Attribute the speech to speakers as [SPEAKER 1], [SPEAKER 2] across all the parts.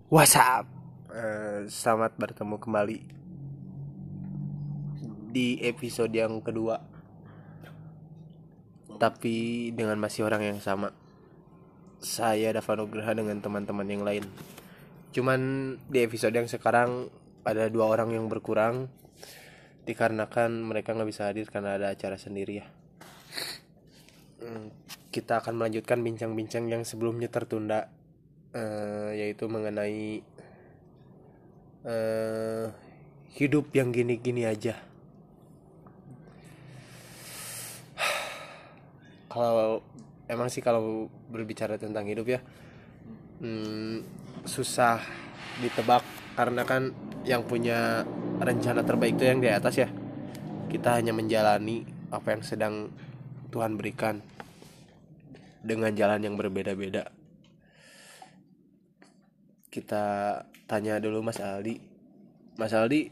[SPEAKER 1] What's up? Selamat bertemu kembali di episode yang kedua, tapi dengan masih orang yang sama. Saya Dava Nugraha dengan teman-teman yang lain. Cuman di episode yang sekarang ada 2 orang yang berkurang, dikarenakan mereka nggak bisa hadir karena ada acara sendiri ya. Kita akan melanjutkan bincang-bincang yang sebelumnya tertunda, yaitu mengenai hidup yang gini-gini aja. Kalau berbicara tentang hidup ya, susah ditebak karena kan yang punya rencana terbaik itu yang di atas ya. Kita hanya menjalani apa yang sedang Tuhan berikan dengan jalan yang berbeda-beda. Kita tanya dulu Mas Aldi. Mas Aldi,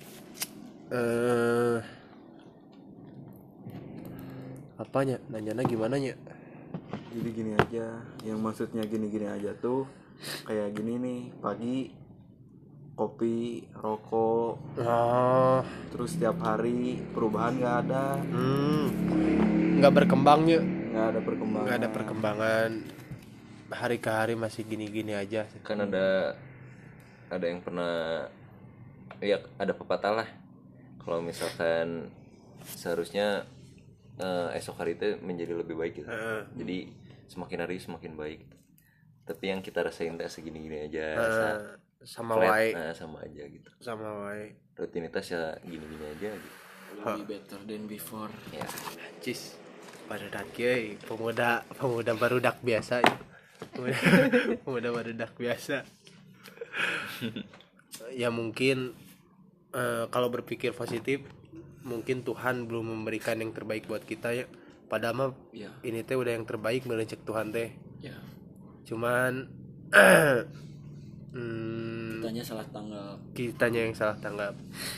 [SPEAKER 1] apanya? Nanyanya gimana nya?
[SPEAKER 2] Jadi gini aja, yang maksudnya gini-gini aja tuh kayak gini nih, pagi kopi, rokok, terus setiap hari perubahan nggak ada,
[SPEAKER 1] Nggak berkembangnya,
[SPEAKER 2] nggak ada perkembangan,
[SPEAKER 1] hari ke hari masih gini-gini aja.
[SPEAKER 3] Kan ada yang pernah ya, ada pepatah lah, kalau misalkan seharusnya esok hari itu menjadi lebih baik gitu. Jadi semakin hari semakin baik, tapi yang kita rasain teh segini-gini aja,
[SPEAKER 1] sama wae,
[SPEAKER 3] sama aja gitu.
[SPEAKER 1] sama wae,
[SPEAKER 3] Rutinitas ya gini-gini aja gitu.
[SPEAKER 4] Lebih better than before.
[SPEAKER 3] Ya,
[SPEAKER 1] cis pada datye pemuda barudak biasa ya. pemuda barudak biasa. Ya mungkin kalau berpikir positif, mungkin Tuhan belum memberikan yang terbaik buat kita ya. Padahal mah
[SPEAKER 4] Ya.
[SPEAKER 1] ini teh udah yang terbaik melecek Tuhan teh.
[SPEAKER 4] Ya.
[SPEAKER 1] Cuman
[SPEAKER 4] Kitanya salah tanggal.
[SPEAKER 1] kitanya yang salah tanggap.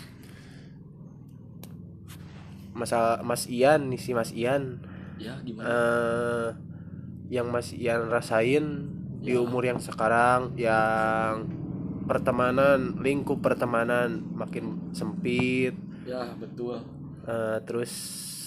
[SPEAKER 1] Mas Ian nih, si Mas Ian,
[SPEAKER 4] Ya gimana?
[SPEAKER 1] yang Mas Ian rasain di umur yang sekarang, yang lingkup pertemanan makin sempit,
[SPEAKER 4] Ya betul.
[SPEAKER 1] terus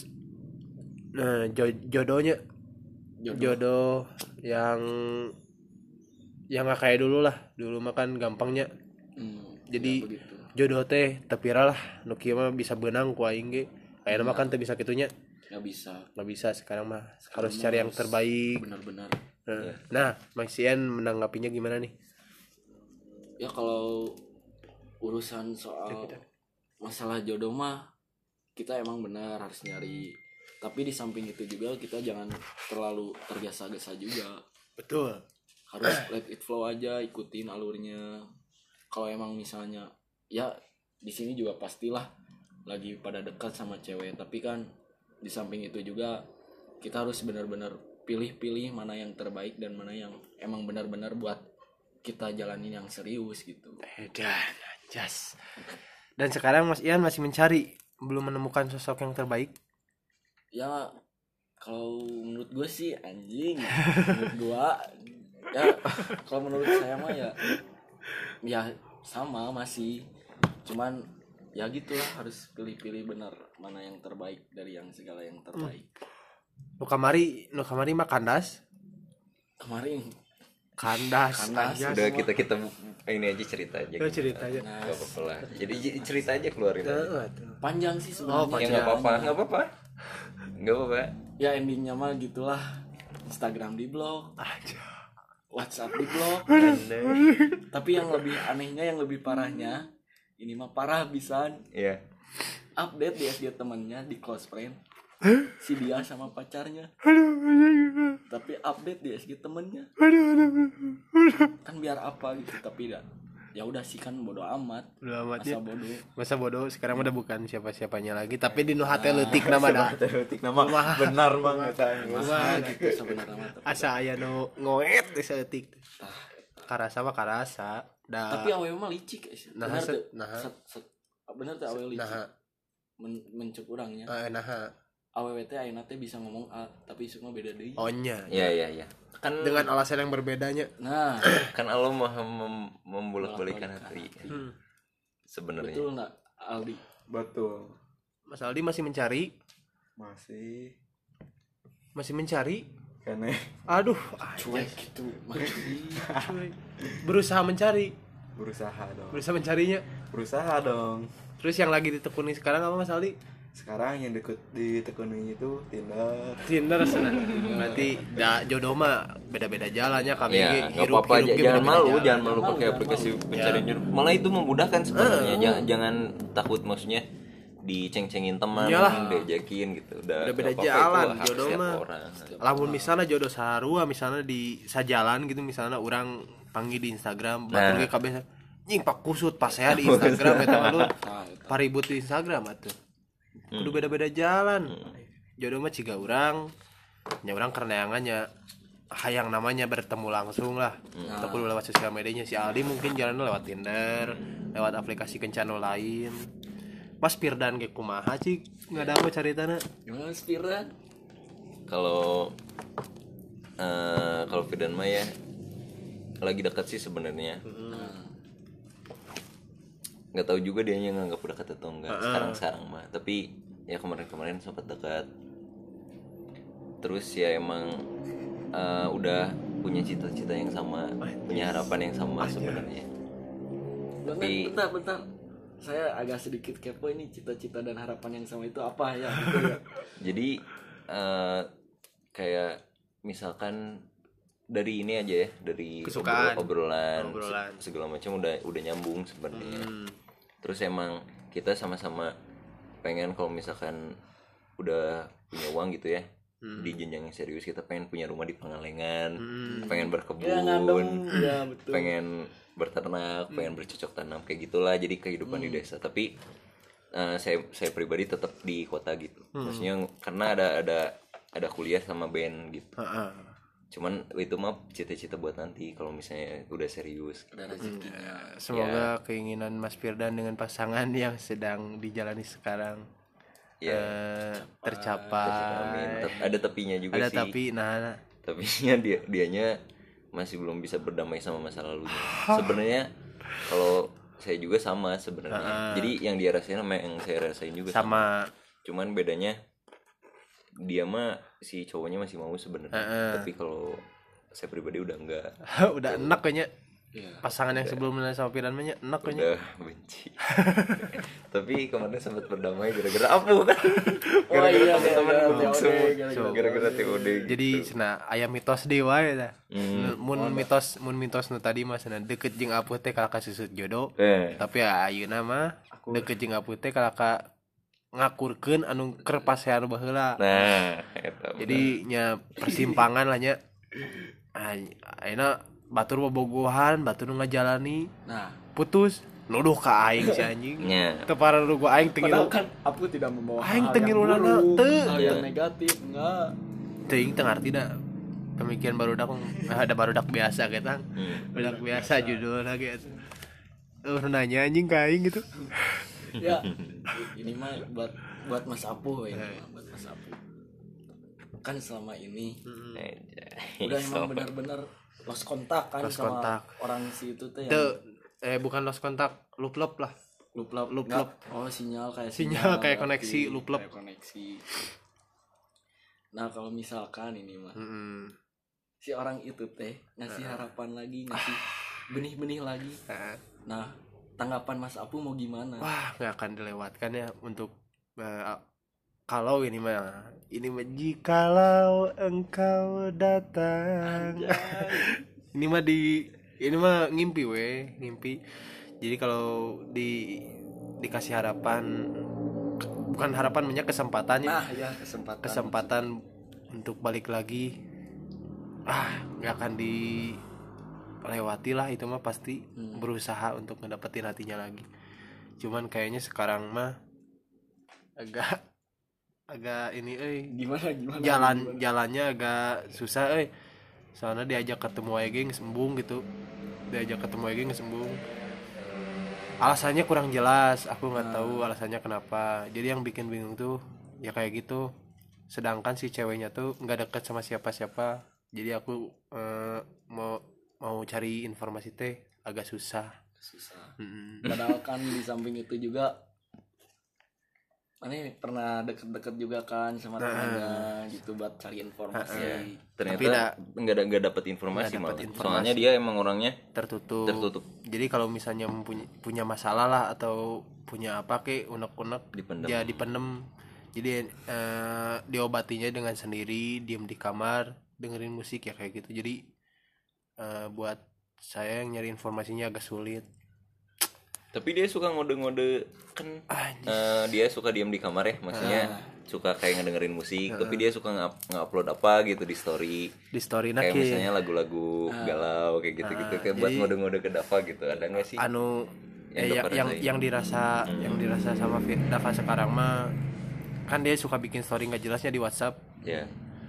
[SPEAKER 1] jodohnya jodoh yang nggak kayak dulu lah. Dulu mah kan gampangnya. Jadi
[SPEAKER 4] ya begitu.
[SPEAKER 1] jodoh teh tepira lah, nu kieu mah bisa beunang ku aing ge. Aya mah kan teu bisa kitunya. Nggak bisa sekarang mah harus cari yang terbaik.
[SPEAKER 4] Benar-benar.
[SPEAKER 1] Nah, Mas Ian menanggapinya gimana nih?
[SPEAKER 4] Ya kalau urusan soal masalah jodoh mah kita emang benar harus nyari. Tapi di samping itu juga kita jangan terlalu tergesa-gesa juga.
[SPEAKER 1] Betul.
[SPEAKER 4] Harus let it flow aja, ikutin alurnya. Kalau emang misalnya ya di sini juga pastilah lagi pada dekat sama cewek, tapi kan di samping itu juga kita harus benar-benar pilih-pilih mana yang terbaik dan mana yang emang benar-benar buat kita jalanin yang serius gitu.
[SPEAKER 1] Dan jas. Dan sekarang Mas Ian masih mencari, belum menemukan sosok yang terbaik.
[SPEAKER 4] Ya kalau menurut gue sih anjing. Menurut gue ya kalau menurut saya mah ya sama masih, cuman ya gitulah, harus pilih-pilih benar mana yang terbaik dari yang segala yang terbaik.
[SPEAKER 1] Nu kamari mah kandas aja.
[SPEAKER 3] udah kita ini aja cerita aja.
[SPEAKER 1] Cerita aja.
[SPEAKER 3] Gak apa-apa lah. Jadi cerita aja keluarin aja.
[SPEAKER 4] Panjang sih sebenarnya.
[SPEAKER 3] Ya nggak apa-apa.
[SPEAKER 4] Ya endingnya mah gitulah, Instagram di blog, WhatsApp di blog. Tapi yang lebih anehnya, yang lebih parahnya, ini mah parah bisan.
[SPEAKER 3] Iya.
[SPEAKER 4] Update di SG temannya, di close friend, si dia sama pacarnya. Tapi update di SG temennya. Kan biar apa gitu, tapi ya udah sih, kan bodo amat.
[SPEAKER 1] Masa bodoh sekarang udah bukan siapa-siapanya lagi, tapi di nu hate leutik nama dah.
[SPEAKER 2] benar banget.
[SPEAKER 4] Gitu sebenarnya.
[SPEAKER 1] Asa aya nu ngoet geus leutik. Karasa mah karasa.
[SPEAKER 4] Tapi awewe mah licik. Bener tuh. Bener tuh awewe licik. Mencuk urangnya. Awewe teh ayeuna teh bisa ngomong A, tapi isuk mah beda deui.
[SPEAKER 1] Oh nya.
[SPEAKER 3] Iya. Kan
[SPEAKER 1] dengan alasan yang berbedanya.
[SPEAKER 4] Nah,
[SPEAKER 3] kan Allah membolak-balikan hati sebenarnya.
[SPEAKER 4] Betul nggak Aldi?
[SPEAKER 2] Betul.
[SPEAKER 1] Mas Aldi masih mencari mencari
[SPEAKER 2] kene
[SPEAKER 1] aduh
[SPEAKER 4] Cuek gitu.
[SPEAKER 1] cuy. Berusaha
[SPEAKER 2] berusaha
[SPEAKER 1] mencarinya.
[SPEAKER 2] dong.
[SPEAKER 1] Terus yang lagi ditekuni sekarang apa Mas Aldi?
[SPEAKER 2] Sekarang yang ditekuni itu
[SPEAKER 1] Tinder sana. Berarti jodoh mah beda-beda jalannya kami
[SPEAKER 3] Ya, nggak apa-apa aja. Jangan malu pakai aplikasi pencarian jodoh. Malah itu memudahkan sebenarnya. Jangan takut, maksudnya diceng-cengin teman, diajakin gitu. Udah
[SPEAKER 1] beda
[SPEAKER 3] nggak apa-apa,
[SPEAKER 1] jalan
[SPEAKER 3] itu hak
[SPEAKER 1] jodoh
[SPEAKER 3] setiap
[SPEAKER 1] mah.
[SPEAKER 3] orang.
[SPEAKER 1] Lamun misalnya jodoh sarua misalnya di sajalan gitu, misalnya orang panggil di Instagram, batur ge kabeh nying pak kusut pas saya di Instagram eta mah lu paribut di Instagram atuh. Kudu beda-beda jalan. Jodoh mah ciga urang, nya urang kereneangannya hayang namanya bertemu langsung lah. Atau kudu lewat sosial medianya. Si Aldi mungkin jalannya lewat Tinder, lewat aplikasi kencano lain. Mas Firdan ge kumaha cik ngadangu caritana?
[SPEAKER 4] Gimana Mas Firdan?
[SPEAKER 3] Kalau Firdan mah ya lagi dekat sih sebenarnya. Nggak tahu juga dianya nganggap udah dekat atau enggak sekarang mah, tapi ya kemarin sempat dekat. Terus ya emang udah punya cita-cita yang sama, punya harapan yang sama sebenarnya. Tapi
[SPEAKER 4] bentar. Saya agak sedikit kepo ini, cita-cita dan harapan yang sama itu apa ya? Gitu ya.
[SPEAKER 3] Jadi kayak misalkan dari ini aja ya, dari
[SPEAKER 1] Kesukaan.
[SPEAKER 3] obrolan segala macam udah nyambung sebenarnya. Terus emang kita sama-sama pengen kalau misalkan udah punya uang gitu ya, di jenjang yang serius kita pengen punya rumah di Pangalengan, pengen berkebun,
[SPEAKER 4] betul.
[SPEAKER 3] pengen berternak, pengen bercocok tanam kayak gitulah. Jadi kehidupan di desa. Tapi saya pribadi tetap di kota gitu. Maksudnya karena ada kuliah sama band gitu. Cuman itu mah cita-cita buat nanti kalau misalnya udah serius.
[SPEAKER 4] Ada rezekinya.
[SPEAKER 1] Semoga keinginan Mas Firdan dengan pasangan yang sedang dijalani sekarang tercapai.
[SPEAKER 3] Amin. Ada tepinya juga
[SPEAKER 1] Ada
[SPEAKER 3] sih. Tapinya dianya masih belum bisa berdamai sama masa lalunya. Sebenarnya kalau saya juga sama sebenarnya. Jadi yang dia rasain sama yang saya rasain juga sama. Cuman bedanya dia mah si cowoknya masih mau sebenarnya. Tapi kalau saya pribadi udah enggak.
[SPEAKER 1] Udah enak kayaknya. Pasangan yang sebelumnya sama Firdan mah enak kayaknya.
[SPEAKER 3] Udah benci. Tapi kemarin sempat berdamai gara-gara apa kan?
[SPEAKER 4] Gara-gara
[SPEAKER 3] teman gubuk semua.
[SPEAKER 4] gara-gara
[SPEAKER 3] Gara-gara TOD.
[SPEAKER 1] Jadi cenah aya mitos dewa ya tah. Mun mitos nu tadi mah cenah deukeut jeung apuh teh kalaka susut jodoh. Tapi ayeuna mah deukeut jeung apuh teh kalaka ngakurkeun anu keur pasean baheula.
[SPEAKER 3] Nah, eta.
[SPEAKER 1] Jadi nya persimpangan lah nya. Ayeuna batur bobogohan, batur ngajalani.
[SPEAKER 4] Nah,
[SPEAKER 1] Putus nuduh ka aing si anjing.
[SPEAKER 3] Nya.
[SPEAKER 1] Teu parah nuduh gua aing teu
[SPEAKER 4] padahal kan aku tidak membawa
[SPEAKER 1] Aing
[SPEAKER 4] hal
[SPEAKER 1] teu
[SPEAKER 4] yang
[SPEAKER 1] ngirunana,
[SPEAKER 4] buruk,
[SPEAKER 1] teu.
[SPEAKER 4] hal yang negatif, enggak.
[SPEAKER 1] teuing teu ngartina pemikiran barudak ada barudak biasa kita. Barudak biasa judulna gitu. Nanya anjing ka aing gitu.
[SPEAKER 4] Ya, ini mah buat Mas Apuh ya, buat Mas Apuh. Kan selama ini udah emang benar-benar lost kontak kan
[SPEAKER 1] Lost
[SPEAKER 4] sama
[SPEAKER 1] kontak.
[SPEAKER 4] orang si itu tuh yang
[SPEAKER 1] Bukan lost kontak, loop lah.
[SPEAKER 4] loop. Oh, sinyal
[SPEAKER 1] Sinyal kayak
[SPEAKER 4] berarti.
[SPEAKER 1] koneksi, loop.
[SPEAKER 4] Kayak koneksi. Nah, kalau misalkan ini mah si orang itu teh ngasih harapan lagi, ngasih benih-benih lagi. Nah, tanggapan Mas Apu mau gimana?
[SPEAKER 1] Wah, nggak akan dilewatkan ya untuk kalau ini mah jikalau engkau datang. ini mah ngimpi. Jadi kalau dikasih harapan, bukan harapan, banyak kesempatannya.
[SPEAKER 4] Nah, ya
[SPEAKER 1] kesempatan untuk balik lagi. Nggak akan dilewati lah, itu mah pasti berusaha untuk ngedapetin hatinya lagi. Cuman kayaknya sekarang mah agak ini
[SPEAKER 4] gimana
[SPEAKER 1] jalannya agak susah soalnya diajak ketemu aja ngesembung gitu, alasannya kurang jelas, aku nggak tahu alasannya kenapa. Jadi yang bikin bingung tuh ya kayak gitu, sedangkan si ceweknya tuh nggak deket sama siapa-siapa. Jadi aku mau cari informasi teh agak susah.
[SPEAKER 4] Padahal kan di samping itu juga Mane pernah deket-deket juga kan sama temannya gitu buat cari informasi.
[SPEAKER 3] Ternyata nggak dapat informasi malah. Soalnya dia emang orangnya
[SPEAKER 1] tertutup. Jadi kalau misalnya punya masalah lah atau punya apa unek-unek dipendem. Jadi diobatinya dengan sendiri, diem di kamar, dengerin musik ya kayak gitu. Jadi buat saya yang nyari informasinya agak sulit.
[SPEAKER 3] Tapi dia suka ngode-ngode kan, dia suka diam di kamar ya, maksudnya suka kayak ngedengerin musik, tapi dia suka nge-upload apa gitu di story kayak misalnya lagu-lagu galau kayak gitu-gitu, kayak buat ngode-ngode ke Dava gitu. Ada nggak sih
[SPEAKER 1] yang dirasa sama Dava sekarang mah kan dia suka bikin story nggak jelasnya di WhatsApp
[SPEAKER 3] ya.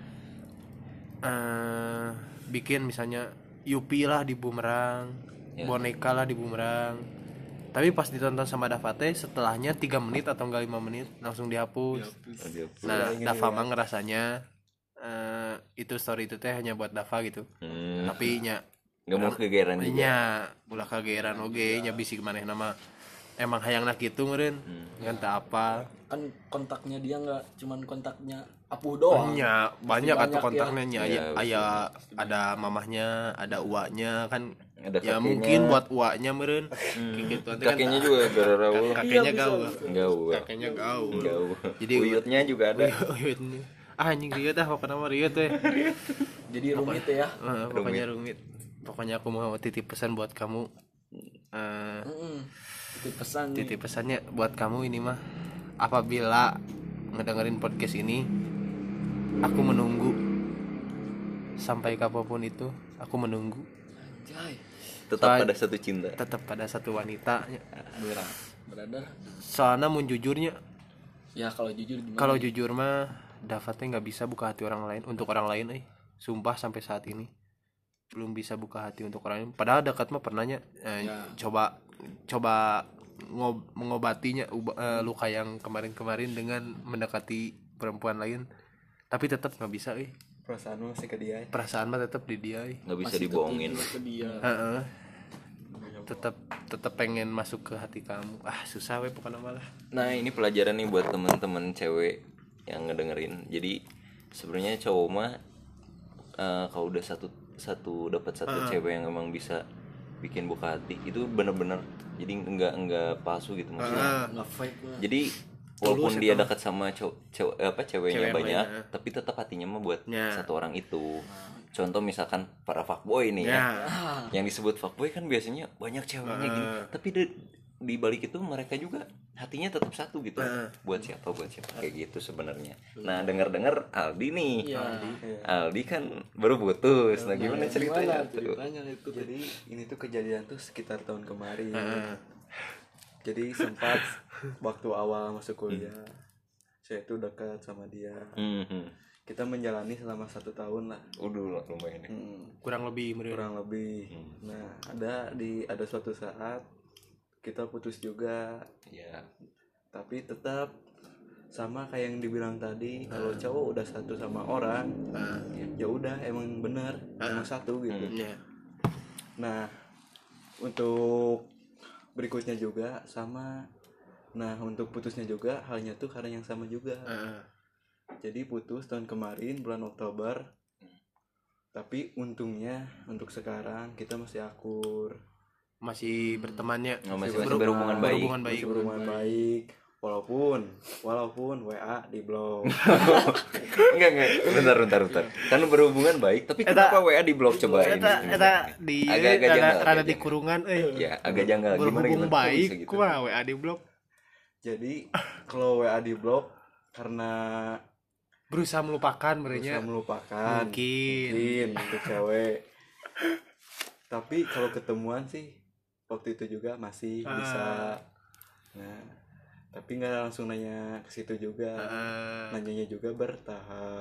[SPEAKER 1] Bikin misalnya Yupi lah di Bumerang, boneka lah di Bumerang. Tapi pas ditonton sama Dava teh setelahnya 3 menit atau enggak 5 menit langsung dihapus. Nah, Dava mah ngerasanya itu story itu teh hanya buat Dava gitu. Tapi nya
[SPEAKER 3] enggak mau kegeeran juga.
[SPEAKER 1] Nya ulah kageeran oge nya bisi manehna mah emang hayangna kitu meureun. Ngan teu apa.
[SPEAKER 4] Kan kontaknya dia enggak cuman kontaknya Apuh doang.
[SPEAKER 1] Nya banyak atuh kontaknya nya
[SPEAKER 3] ya,
[SPEAKER 1] aya ada mamahnya, ada uaknya kan.
[SPEAKER 3] Ada
[SPEAKER 1] ya
[SPEAKER 3] kakenya.
[SPEAKER 1] Mungkin buat uaknya meureun. Gitu
[SPEAKER 3] Kakeknya juga gaul.
[SPEAKER 1] Kakeknya gaul.
[SPEAKER 3] Kakeknya gaul.
[SPEAKER 1] Jadi
[SPEAKER 3] uyutnya juga ada.
[SPEAKER 1] Uyutnya. Anjing rieuh dah pokoknya mah rieuh teh.
[SPEAKER 4] Jadi rumit ya.
[SPEAKER 1] Pokoknya rumit. Pokoknya aku mau titip pesan buat kamu. Titip pesannya buat kamu ini mah, apabila ngedengerin podcast ini, aku menunggu sampai kapanpun itu, aku menunggu.
[SPEAKER 3] Tetap pada satu cinta.
[SPEAKER 1] Tetap pada satu wanita.
[SPEAKER 4] Brother.
[SPEAKER 1] Soalnya mun jujurnya.
[SPEAKER 4] Ya kalau jujur gimana?
[SPEAKER 1] Kalau jujur mah Dava teh nggak bisa buka hati orang lain untuk orang lain. Sumpah sampai saat ini belum bisa buka hati untuk orang lain. Padahal dekat mah pernahnya coba mengobatinya luka yang kemarin-kemarin dengan mendekati perempuan lain, tapi tetap nggak bisa.
[SPEAKER 2] Perasaan masih ke dia.
[SPEAKER 1] Perasaan mah tetap di dia.
[SPEAKER 3] Nggak bisa dibohongin.
[SPEAKER 1] Tetap pengen masuk ke hati kamu. Susah pokoknya malah.
[SPEAKER 3] Nah ini pelajaran nih buat teman-teman cewek yang ngedengerin. Jadi sebenarnya cowok mah kalau udah dapat satu cewek yang emang bisa bikin buka hati, itu bener-bener jadi enggak palsu gitu maksudnya.
[SPEAKER 4] Enggak fake lah.
[SPEAKER 3] Jadi walaupun dia dekat sama ceweknya banyak, tapi tetap hatinya mah buat satu orang itu. Contoh misalkan para fuckboy nih ya. Yang disebut fuckboy kan biasanya banyak ceweknya gini, tapi di balik itu mereka juga hatinya tetap satu gitu. Buat siapa kayak gitu sebenarnya. Nah, dengar-dengar Aldi nih. Aldi kan baru putus. Nah, gimana ceritanya tuh?
[SPEAKER 2] Jadi ini tuh kejadian tuh sekitar tahun kemarin. Jadi sempat waktu awal masuk kuliah, saya tuh dekat sama dia. Kita menjalani selama 1 tahun lah.
[SPEAKER 3] Udah lumayan ya.
[SPEAKER 1] Kurang lebih.
[SPEAKER 2] Nah, ada suatu saat kita putus juga.
[SPEAKER 3] Ya.
[SPEAKER 2] Tapi tetap sama kayak yang dibilang tadi, kalau cowok udah satu sama orang, ya udah emang bener, emang satu gitu. Nah, untuk berikutnya juga sama. Nah, untuk putusnya juga halnya tuh karena yang sama juga. Jadi putus tahun kemarin bulan Oktober. Tapi untungnya untuk sekarang kita masih akur.
[SPEAKER 1] Masih bertemannya.
[SPEAKER 3] Masih berhubungan
[SPEAKER 2] baik. Walaupun WA di blok.
[SPEAKER 3] Enggak. Bentar. Kan berhubungan baik, tapi kenapa WA di blok coba ini?
[SPEAKER 1] Agak rada di kurungan
[SPEAKER 3] Ya, agak janggal.
[SPEAKER 1] Berhubung baik, kumaha WA di blok.
[SPEAKER 2] Jadi kalau WA di blok karena
[SPEAKER 1] berusaha melupakan
[SPEAKER 2] mungkin untuk cewek. Tapi kalau ketemuan sih waktu itu juga masih bisa. Nah, tapi nggak langsung nanya ke situ juga. Nanyanya juga bertahap.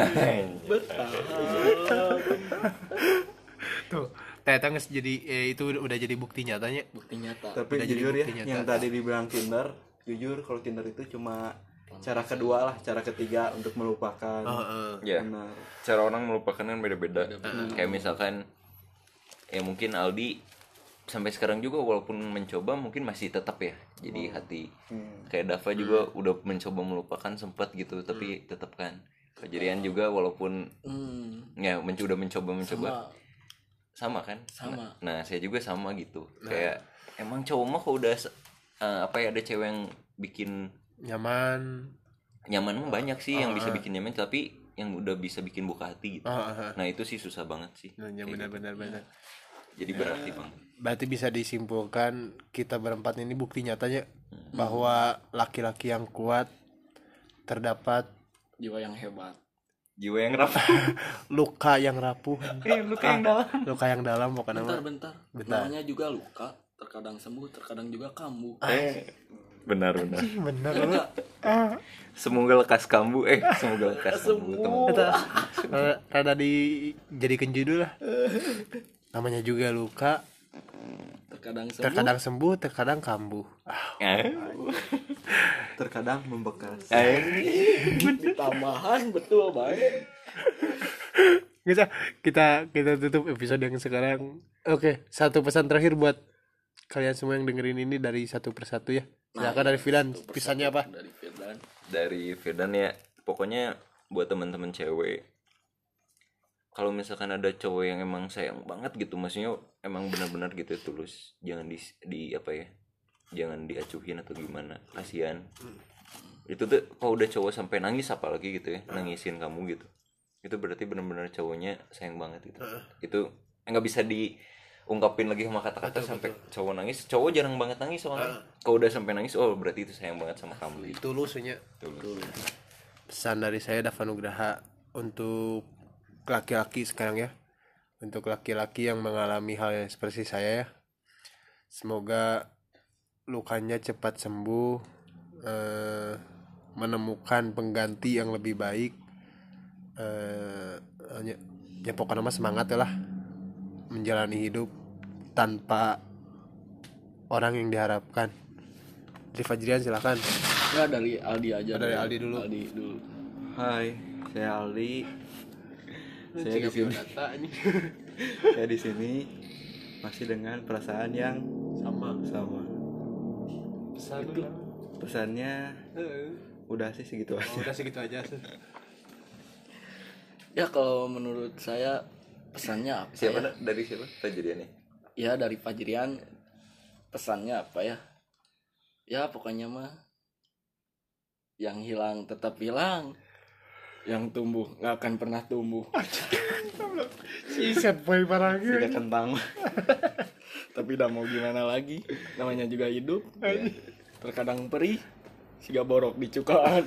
[SPEAKER 1] Tuh, ternyata nggak jadi itu udah jadi bukti nyatanya.
[SPEAKER 2] Tapi udah jujur ya, yang tadi dibilang Tinder, jujur kalau Tinder itu cuma cara kedua lah, cara ketiga untuk melupakan.
[SPEAKER 3] Ya. Benar. Cara orang melupakan kan beda-beda. Kayak misalkan ya mungkin Aldi sampai sekarang juga walaupun mencoba mungkin masih tetap ya jadi hati. Kayak Dava juga udah mencoba melupakan sempat gitu tapi tetap kan. Fajrian juga walaupun ya udah mencoba sama kan.
[SPEAKER 4] Sama.
[SPEAKER 3] Nah saya juga sama gitu. Kayak emang cowok mah kok udah apa ya, ada cewek yang bikin
[SPEAKER 1] nyaman
[SPEAKER 3] mah banyak sih yang bisa bikin nyaman, tapi yang udah bisa bikin buka hati gitu. Nah itu sih susah banget sih.
[SPEAKER 1] ya benar.
[SPEAKER 3] Jadi berarti bang.
[SPEAKER 1] Berarti bisa disimpulkan kita berempat ini bukti nyatanya bahwa laki-laki yang kuat terdapat
[SPEAKER 4] Jiwa yang hebat.
[SPEAKER 3] Jiwa yang rapuh.
[SPEAKER 1] luka yang rapuh.
[SPEAKER 3] Luka yang dalam.
[SPEAKER 1] Luka yang dalam pokoknya mah.
[SPEAKER 4] Bentar. Namanya juga luka, terkadang sembuh, terkadang juga kambuh.
[SPEAKER 3] Benar.
[SPEAKER 1] Bener lu.
[SPEAKER 3] Semoga lekas kambuh. Semoga lekas sembuh.
[SPEAKER 1] Rada dijadikan judul lah. Namanya juga luka, terkadang sembuh, terkadang kambuh.
[SPEAKER 2] Terkadang membekas.
[SPEAKER 4] Tambahan betul baik.
[SPEAKER 1] Kita tutup episode yang sekarang. Oke, satu pesan terakhir buat kalian semua yang dengerin ini dari satu persatu ya. Silakan dari Firdan, pesannya apa?
[SPEAKER 3] Dari Firdan ya, pokoknya buat teman-teman cewek, kalau misalkan ada cowok yang emang sayang banget gitu, maksudnya emang benar-benar gitu tulus, jangan di apa ya, jangan diacuhin atau gimana, kasihan. Itu tuh kalau udah cowok sampai nangis apalagi gitu ya, nangisin kamu gitu, itu berarti benar-benar cowoknya sayang banget gitu. Itu nggak bisa diungkapin lagi sama kata-kata. Sampai cowok nangis, cowok jarang banget nangis soalnya. Kalau udah sampai nangis, oh berarti itu sayang banget sama kamu gitu.
[SPEAKER 1] Tulusnya.
[SPEAKER 3] Tulus.
[SPEAKER 1] Pesan dari saya Dava Nugraha untuk laki-laki sekarang ya, untuk laki-laki yang mengalami hal yang seperti saya ya, semoga lukanya cepat sembuh, menemukan pengganti yang lebih baik, ya pokoknya mah semangat ya lah menjalani hidup tanpa orang yang diharapkan. Dari Fajrian silakan.
[SPEAKER 4] Ya dari Aldi aja.
[SPEAKER 1] Dari Aldi dulu.
[SPEAKER 2] Hai, saya Aldi. Saya di sini. Saya di sini masih dengan perasaan yang sama. Pesannya udah sih segitu aja.
[SPEAKER 4] Ya kalau menurut saya pesannya apa?
[SPEAKER 3] Siapa dari siapa Fajrian nih?
[SPEAKER 4] Ya dari Fajrian, pesannya apa ya? Ya pokoknya mah yang hilang tetap hilang, yang tumbuh nggak akan pernah tumbuh.
[SPEAKER 1] Si set boy parah
[SPEAKER 2] Tidak kentang.
[SPEAKER 4] Tapi udah mau gimana lagi, namanya juga hidup ya. Terkadang perih siga borok di cukaan.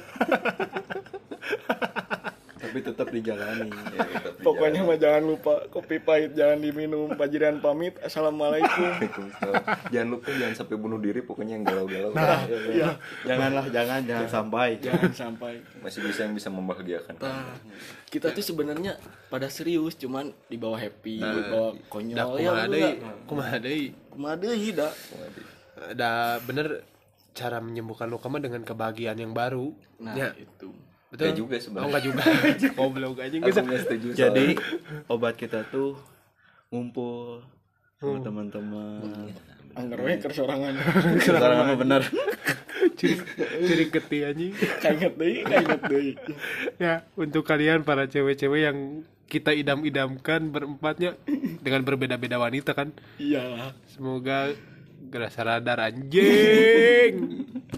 [SPEAKER 2] Tapi tetap dijalani.
[SPEAKER 4] Pokoknya mah jangan lupa kopi pahit jangan diminum. Fajrian pamit. Assalamualaikum.
[SPEAKER 3] Jangan lupa jangan sampai bunuh diri, pokoknya yang galau-galau.
[SPEAKER 2] Ya. Jangan sampai.
[SPEAKER 3] Masih bisa yang bisa membahagiakan.
[SPEAKER 4] Nah, kita tuh sebenarnya pada serius, cuman di bawah happy, di bawah konyol ya.
[SPEAKER 1] Kumaha deui
[SPEAKER 4] da.
[SPEAKER 1] ada bener cara menyembuhkan luka mah dengan kebahagiaan yang baru.
[SPEAKER 4] Nah
[SPEAKER 1] ya.
[SPEAKER 4] itu
[SPEAKER 3] Betul. Gak juga sebenarnya.
[SPEAKER 1] Enggak juga. Goblok aja
[SPEAKER 3] Aku nggak setuju.
[SPEAKER 2] Jadi obat kita tuh ngumpul sama teman-teman.
[SPEAKER 4] Angger we kersorangan.
[SPEAKER 2] Sekarang benar.
[SPEAKER 1] ciri keti anjing.
[SPEAKER 4] Kainget deui.
[SPEAKER 1] Ya, untuk kalian para cewek-cewek yang kita idam-idamkan berempatnya dengan berbeda-beda wanita kan.
[SPEAKER 4] Iyalah.
[SPEAKER 1] Semoga gerasa radar anjing.